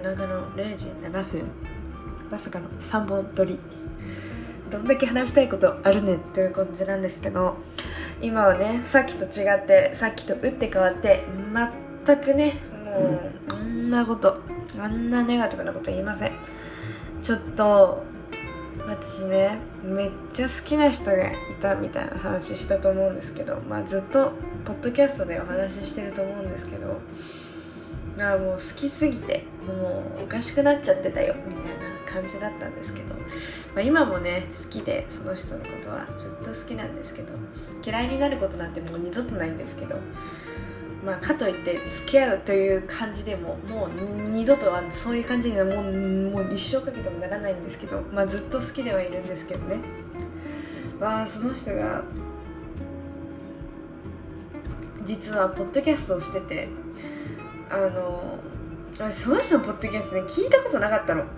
中の0時7分、まさかの3本撮り。どんだけ話したいことあるねんという感じなんですけど、今はね、さっきと違って、さっきと打って変わって全くね、もうあんなネガティブなこと言いません。ちょっと私ね、めっちゃ好きな人がいたみたいな話したと思うんですけど、ずっとポッドキャストでお話ししてると思うんですけど、もう好きすぎてもうおかしくなっちゃってたよみたいな感じだったんですけど、今もね好きで、その人のことはずっと好きなんですけど、嫌いになることなんてもう二度とないんですけど、かといって付き合うという感じでももう二度とはそういう感じにはもう一生かけてもならないんですけど、ずっと好きではいるんですけどね。その人が実はポッドキャストをしてて、その人のポッドキャストね、聞いたことなかったの。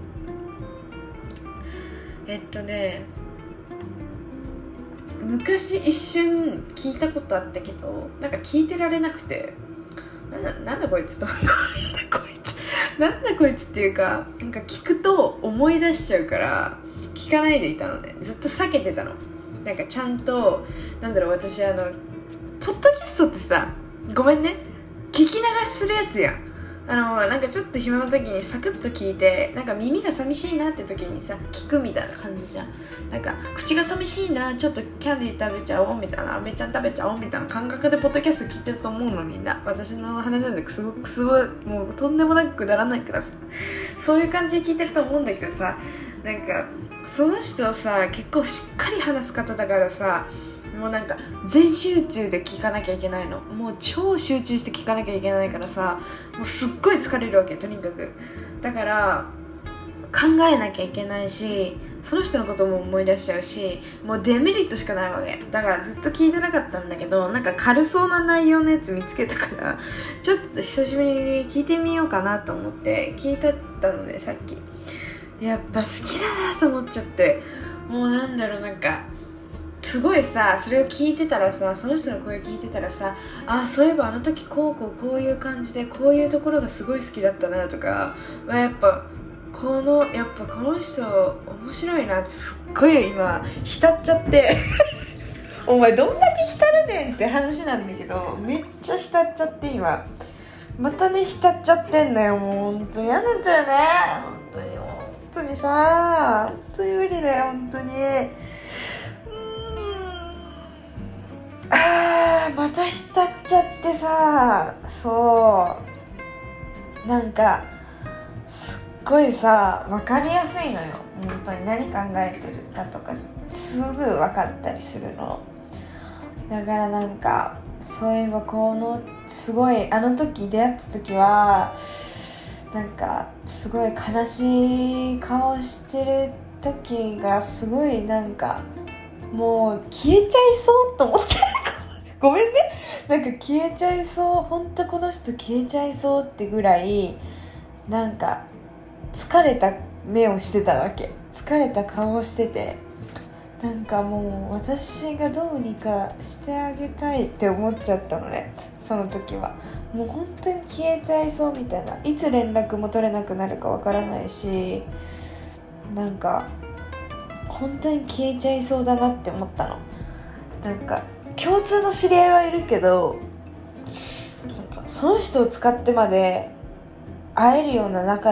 昔一瞬聞いたことあったけど、なんか聞いてられなくて、なんだこいつとなんだこいつっていうか、なんか聞くと思い出しちゃうから聞かないでいたのね。ずっと避けてたの。なんかちゃんと私ポッドキャストってさ、ごめんね、聞き流しするやつやん。なんかちょっと暇な時にサクッと聞いて、なんか耳が寂しいなって時にさ聞くみたいな感じじゃん。なんか口が寂しいな、ちょっとキャンディー食べちゃおうみたいな、アメちゃん食べちゃおうみたいな感覚でポッドキャスト聞いてると思うの、みんな。私の話なんてすごいもうとんでもなくくだらないからさ、そういう感じで聞いてると思うんだけどさ、なんかその人さ結構しっかり話す方だからさ、もうなんか全集中で聞かなきゃいけないの。もう超集中して聞かなきゃいけないからさ、もうすっごい疲れるわけ、とにかく。だから考えなきゃいけないし、その人のことも思い出しちゃうし、もうデメリットしかないわけだから、ずっと聞いてなかったんだけど、なんか軽そうな内容のやつ見つけたから、ちょっと久しぶりに聞いてみようかなと思って聞いてたのね、さっき。やっぱ好きだなと思っちゃって、もうなんかすごいさ、それを聞いてたらさ、その人の声聞いてたらさ、そういえばあの時こういう感じで、こういうところがすごい好きだったなとか、やっぱこの人面白いなって、すっごい今浸っちゃってお前どんだけ浸るねんって話なんだけど、めっちゃ浸っちゃって、今またね浸っちゃってんだよ。もう本当に嫌なんだよね、本当にさ、本当に無理だよ、本当に。また浸っちゃってさ、なんかすっごいさ、分かりやすいのよ、本当に何考えてるかとかすぐ分かったりするの。だからなんかそういえばすごいあの時出会った時はなんかすごい悲しい顔してる時がすごいなんかもう消えちゃいそうと思ってごめんね、なんか消えちゃいそう、本当この人消えちゃいそうってぐらいなんか疲れた目をしてたわけ、疲れた顔をしてて、なんかもう私がどうにかしてあげたいって思っちゃったのね、その時は。もう本当に消えちゃいそうみたいな、いつ連絡も取れなくなるかわからないし、なんか本当に消えちゃいそうだなって思ったの。なんか共通の知り合いはいるけど、なんかその人を使ってまで会えるような仲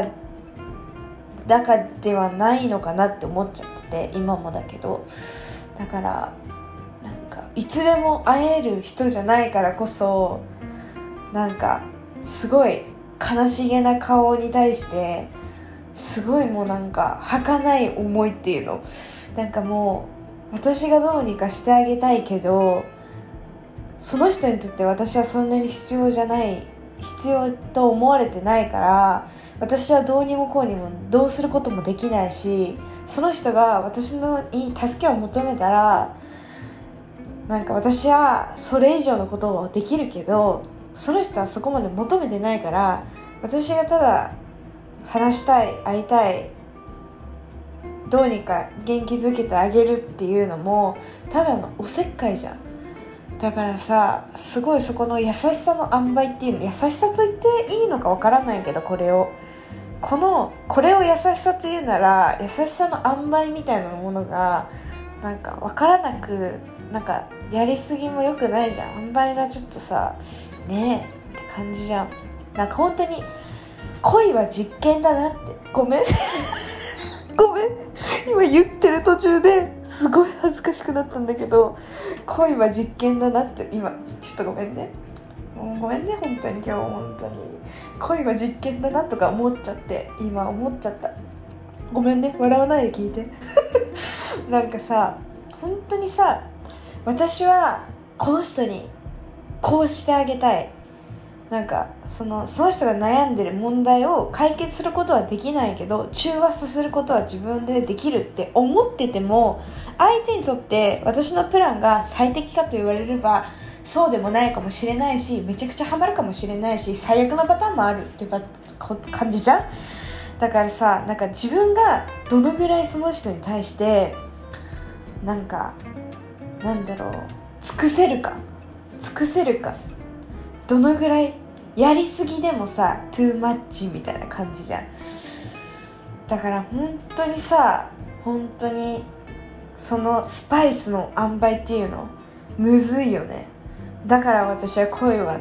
ではないのかなって思っちゃってて、今もだけど。だからなんかいつでも会える人じゃないからこそ、なんかすごい悲しげな顔に対してすごいもうなんか儚い思いっていうの、なんかもう私がどうにかしてあげたいけど、その人にとって私はそんなに必要と思われてないから、私はどうにもこうにもどうすることもできないし、その人が私に助けを求めたらなんか私はそれ以上のことをできるけど、その人はそこまで求めてないから、私がただ話したい、会いたい、どうにか元気づけてあげるっていうのもただのおせっかいじゃん。だからさ、すごいそこの優しさの塩梅っていうの、優しさと言っていいのかわからないけど、これをこれを優しさというなら優しさの塩梅みたいなものがなんか分からなく、なんかやりすぎも良くないじゃん。塩梅がちょっとさねえって感じじゃん。なんか本当に恋は実験だなって。ごめんごめん、今言ってる途中ですごい恥ずかしくなったんだけど、恋は実験だなって今ちょっとごめんね、ごめんね、本当に今日本当に恋は実験だなとか思っちゃって、今思っちゃった。ごめんね、笑わないで聞いてなんかさ、本当にさ、私はこの人にこうしてあげたい、なんかその人が悩んでる問題を解決することはできないけど中和させることは自分でできるって思ってても、相手にとって私のプランが最適かと言われればそうでもないかもしれないし、めちゃくちゃハマるかもしれないし、最悪なパターンもあるって感じじゃん。だからさ、なんか自分がどのぐらいその人に対してなんかなんだろう尽くせるか、どのぐらいやりすぎでもさトゥーマッチみたいな感じじゃん。だから本当にさ、本当にそのスパイスの塩梅っていうのむずいよね。だから私は恋は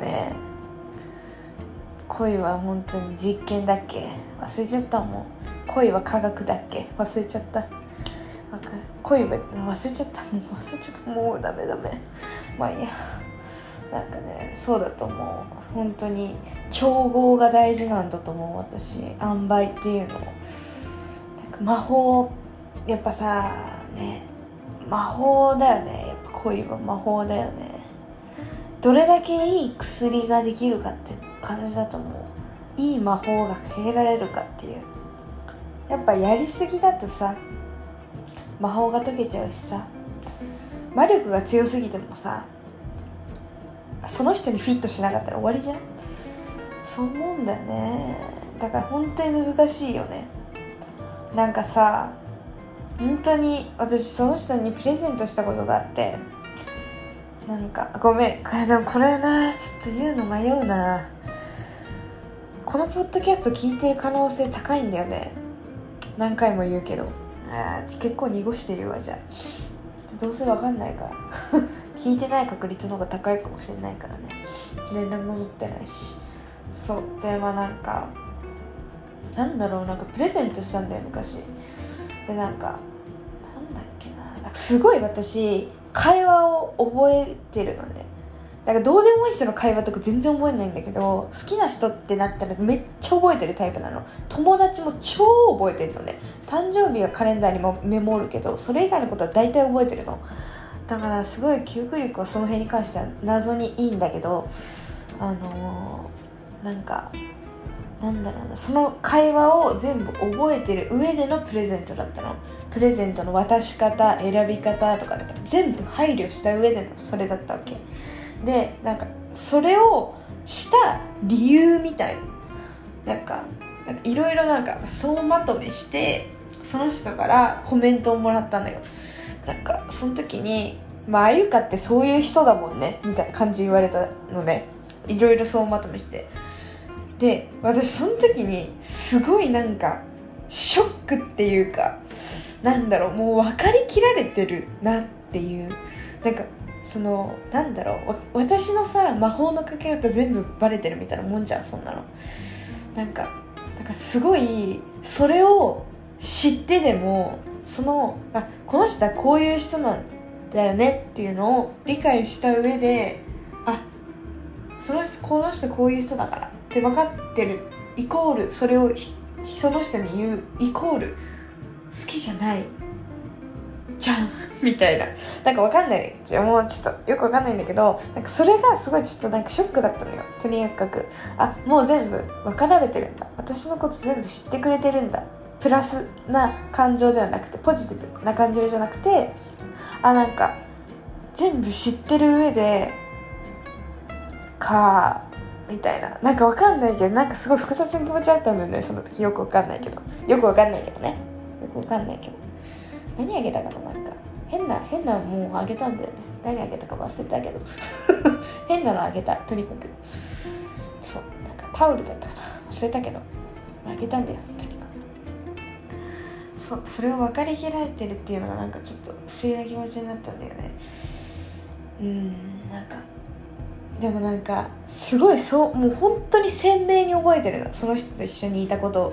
本当に実験だっけ、忘れちゃったもん。恋は科学だっけ、忘れちゃった。恋は忘れちゃった、もうダメ、まあいいや。なんかね、そうだと思う。本当に調合が大事なんだと思う。私塩梅っていうのなんか魔法、やっぱさね、魔法だよね。やっぱ恋は魔法だよね。どれだけいい薬ができるかって感じだと思う。いい魔法がかけられるかっていう。やっぱやりすぎだとさ魔法が解けちゃうしさ、魔力が強すぎてもさその人にフィットしなかったら終わりじゃん。そう思うんだよね。だから本当に難しいよね。なんかさ、本当に私その人にプレゼントしたことがあって、なんかごめん、でもこれなちょっと言うの迷うな。このポッドキャスト聞いてる可能性高いんだよね。何回も言うけど、結構濁してるわ。じゃあどうせわかんないから聞いてない確率の方が高いかもしれないからね。連絡も取ってないし。そうで、まあなんかなんだろう、なんかプレゼントしたんだよ昔で。なんだっけな、なんかすごい私会話を覚えてるのね。だからどうでもいい人の会話とか全然覚えないんだけど、好きな人ってなったらめっちゃ覚えてるタイプなの。友達も超覚えてるのね。誕生日はカレンダーにもメモるけど、それ以外のことは大体覚えてるの。だからすごい記憶力はその辺に関しては謎にいいんだけど、なんかなんだろうな、その会話を全部覚えてる上でのプレゼントだったの。プレゼントの渡し方、選び方とか全部配慮した上でのそれだったわけで、なんかそれをした理由みたいな、なんかいろいろなんか総まとめして、その人からコメントをもらったんだよ。なんかその時にあゆかってそういう人だもんねみたいな感じ言われたのね。いろいろ総まとめして、で私その時にすごいなんかショックっていうか、なんだろう、もう分かりきられてるなっていう、なんかそのなんだろう、私のさ魔法のかけ方全部バレてるみたいなもんじゃん、そんなの。なんかすごいそれを知ってでも、この人はこういう人なんだよねっていうのを理解した上で、この人こういう人だからって分かってるイコール、それをその人に言うイコール好きじゃないじゃんみたいな、なんか分かんない、もうちょっとよく分かんないんだけど、なんかそれがすごいちょっとなんかショックだったのよ。とにかくもう全部分かられてるんだ、私のこと全部知ってくれてるんだ、プラスな感情ではなくて、ポジティブな感情じゃなくて、なんか全部知ってる上でみたいな、なんかわかんないけど、なんかすごい複雑な気持ちあったんだよね、その時。よくわかんないけど何あげたかな、なんか変なもんあげたんだよね。何あげたか忘れたけど変なのあげた、とにかく。そう、なんかタオルだったかな、忘れたけどあげたんだよ。とそれを分かりきられてるっていうのがなんかちょっと不思議な気持ちになったんだよね。なんかでもなんかすごいもう本当に鮮明に覚えてるの。その人と一緒にいたこと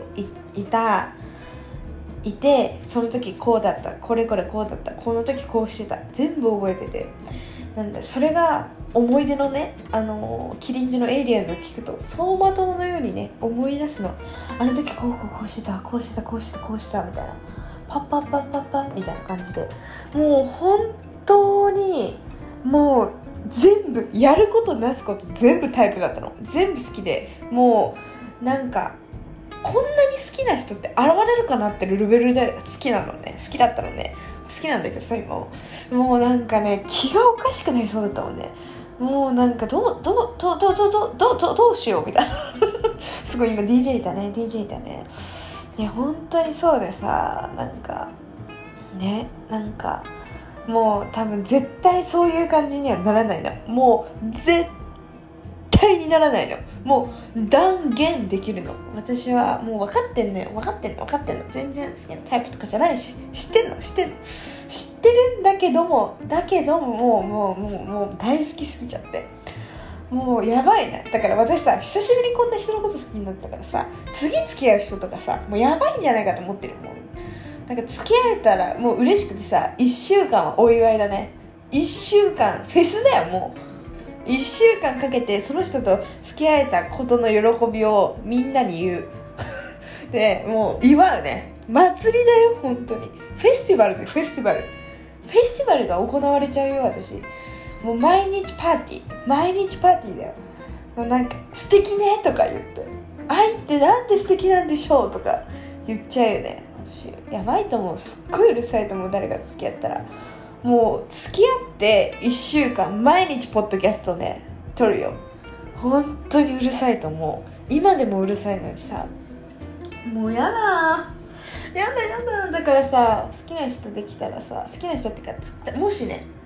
いて、その時こうだった、これこれこうだった、この時こうしてた、全部覚えてて、なんだそれが思い出のね、キリンジのエイリアンズを聞くと走馬灯のようにね思い出すの。あの時こうしてた、こうしてた、こうしてた、こうしてたみたいな、パッパッパッパッパッみたいな感じで、もう本当にもう全部やることなすこと全部タイプだったの。全部好きで、もうなんかこんなに好きな人って現れるかなってレベルで好きなのね。好きだったのね。好きなんだけどさ、今もうなんかね気がおかしくなりそうだったもんね。もうなんかどうしようみたいなすごい今 DJ いたね。いや本当にそうでさ、なんかね、なんかもう多分絶対そういう感じにはならないの。もう絶対にならないの。もう断言できるの。私はもう分かってんの。全然好きなタイプとかじゃないし、知ってるんだけどももう大好きすぎちゃって、もうやばいな。だから私さ、久しぶりにこんな人のこと好きになったからさ、次付き合う人とかさ、もうやばいんじゃないかと思ってるもん。なんか付き合えたらもう嬉しくてさ、1週間はお祝いだね。1週間フェスだよ。もう1週間かけてその人と付き合えたことの喜びをみんなに言うで、もう祝うね。祭りだよ本当に。フェスティバルが行われちゃうよ。私もう毎日パーティーだよ。もうなんか素敵ねとか言って、愛ってなんて素敵なんでしょうとか言っちゃうよね。私やばいと思う。すっごいうるさいと思う。誰かと付き合ったら、もう付き合って1週間毎日ポッドキャストね撮るよ。本当にうるさいと思う。今でもうるさいのにさ、もうやだ。だからさ、好きな人できたらさ、好きな人ってかもし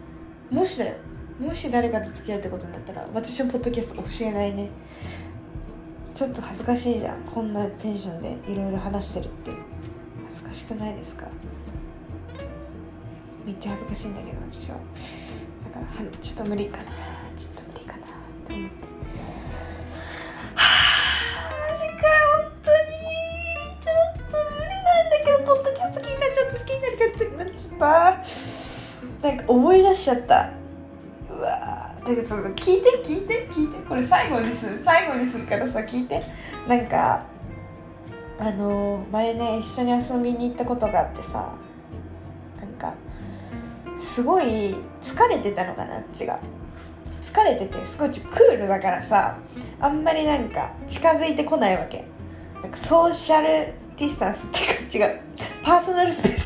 誰かと付き合うってことになったら、私のポッドキャスト教えないね。ちょっと恥ずかしいじゃん、こんなテンションでいろいろ話してるって。恥ずかしくないですか？めっちゃ恥ずかしいんだけど私は。だからちょっと無理かなと思って。マジか、本当にちょっと無理なんだけど、ポッドキャスト聞いたらちょっと好きになる感じになっちゃった。なんか思い出しちゃった。うわー、だけどちょっと聞いて、これ最後にするからさ、聞いて。なんか前ね一緒に遊びに行ったことがあってさ、なんかすごい疲れてたのかな、あっちが疲れてて、すごいクールだからさ、あんまりなんか近づいてこないわけ。なんかソーシャルディスタンスっていうか、違う、パーソナルスペー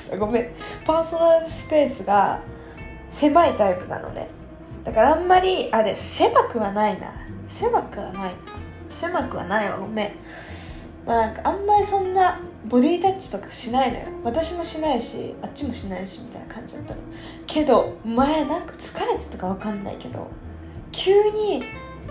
スが狭いタイプなのね。だからあんまり狭くはないわ、ごめん。まあなんかあんまりそんなボディタッチとかしないのよ。私もしないし、あっちもしないしみたいな感じだったのけど、前なんか疲れてたかわかんないけど、急に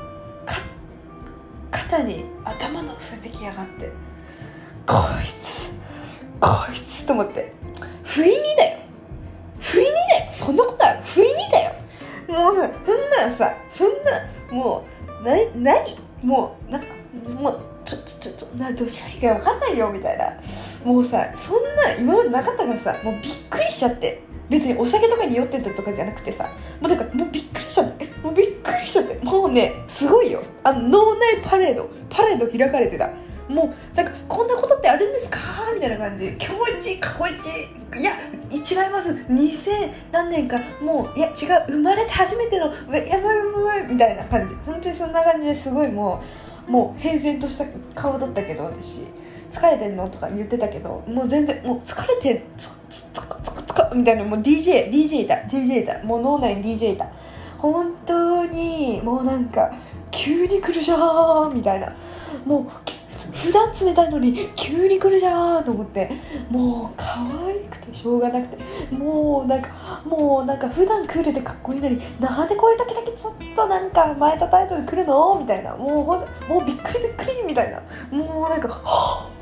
肩に頭乗せてきやがって、こいつと思って。不意にだよ、そんなことある？不意にだよ。もうさ、そんなもう何もうなんかもうちょどうしたらいいか分かんないよみたいな。もうさ、そんな今までなかったからさ、もうびっくりしちゃって。別にお酒とかに酔ってたとかじゃなくてさ、もうびっくりしちゃって、もうね、すごいよ。脳内パレード開かれてた。もうなんかこんなことってあるんですかみたいな感じ。今日一過去一、いや違います、2000何年か、もういや違う、生まれて初めてのやばいみたいな感じ。本当にそんな感じですごいもう平然とした顔だったけど、私疲れてんのとか言ってたけど、もう全然もう疲れてみたいな、もう DJ いた、もう脳内に DJ いた。本当にもうなんか急に来るじゃんみたいな、もう普段冷たいのに急に来るじゃんと思って、もう可愛くてしょうがなくて、もうなんか普段クールでかっこいいのに、なんでこういう時だけちょっとなんか前叩いて来るのみたいな、もうびっくりみたいな、もうなんかはぁ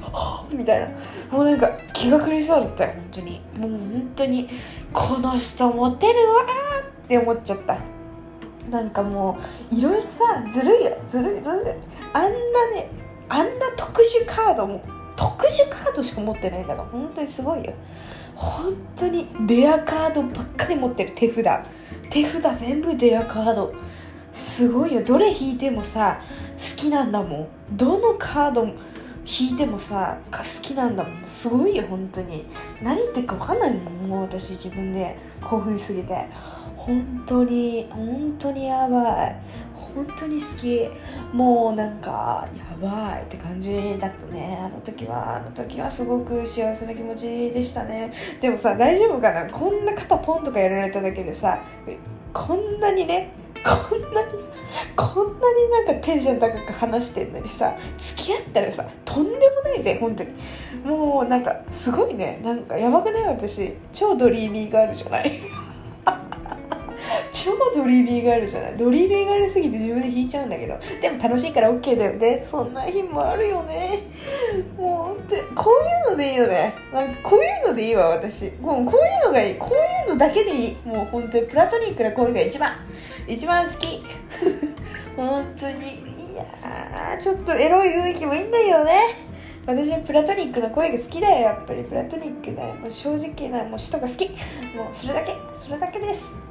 はぁみたいな、もうなんか気が狂いそうだったよ本当に。もう本当にこの人モテるわーって思っちゃった。なんかもういろいろさ、ずるいよ、ずるいあんな特殊カードしか持ってないんだから、本当にすごいよ。本当にレアカードばっかり持ってる。手札全部レアカード、すごいよ。どれ引いてもさ好きなんだもん。どのカード引いてもさ好きなんだもん。すごいよ本当に。何言ってるか分かんないもん、もう私自分で興奮しすぎて。本当にやばい、本当に好き。もうなんかやばいって感じだったね。あの時はすごく幸せな気持ちでしたね。でもさ、大丈夫かな、こんな肩ポンとかやられただけでさ、こんなになんかテンション高く話してんのにさ、付き合ったらさとんでもないぜ本当に。もうなんかすごいね、なんかやばくない？私超ドリーミーガールじゃない超ドリーミーガールじゃない。ドリーミーガールすぎて自分で弾いちゃうんだけど、でも楽しいから OK だよね。そんな日もあるよね。もうこういうのでいいよね。なんかこういうのでいいわ私。もうこういうのがいい。こういうのだけでいい。もう本当にプラトニックな恋が一番好き本当に。いやー、ちょっとエロい雰囲気もいいんだよね。私はプラトニックな声が好きだよ。やっぱりプラトニックだよ。もう正直なもう人が好き。もうそれだけです。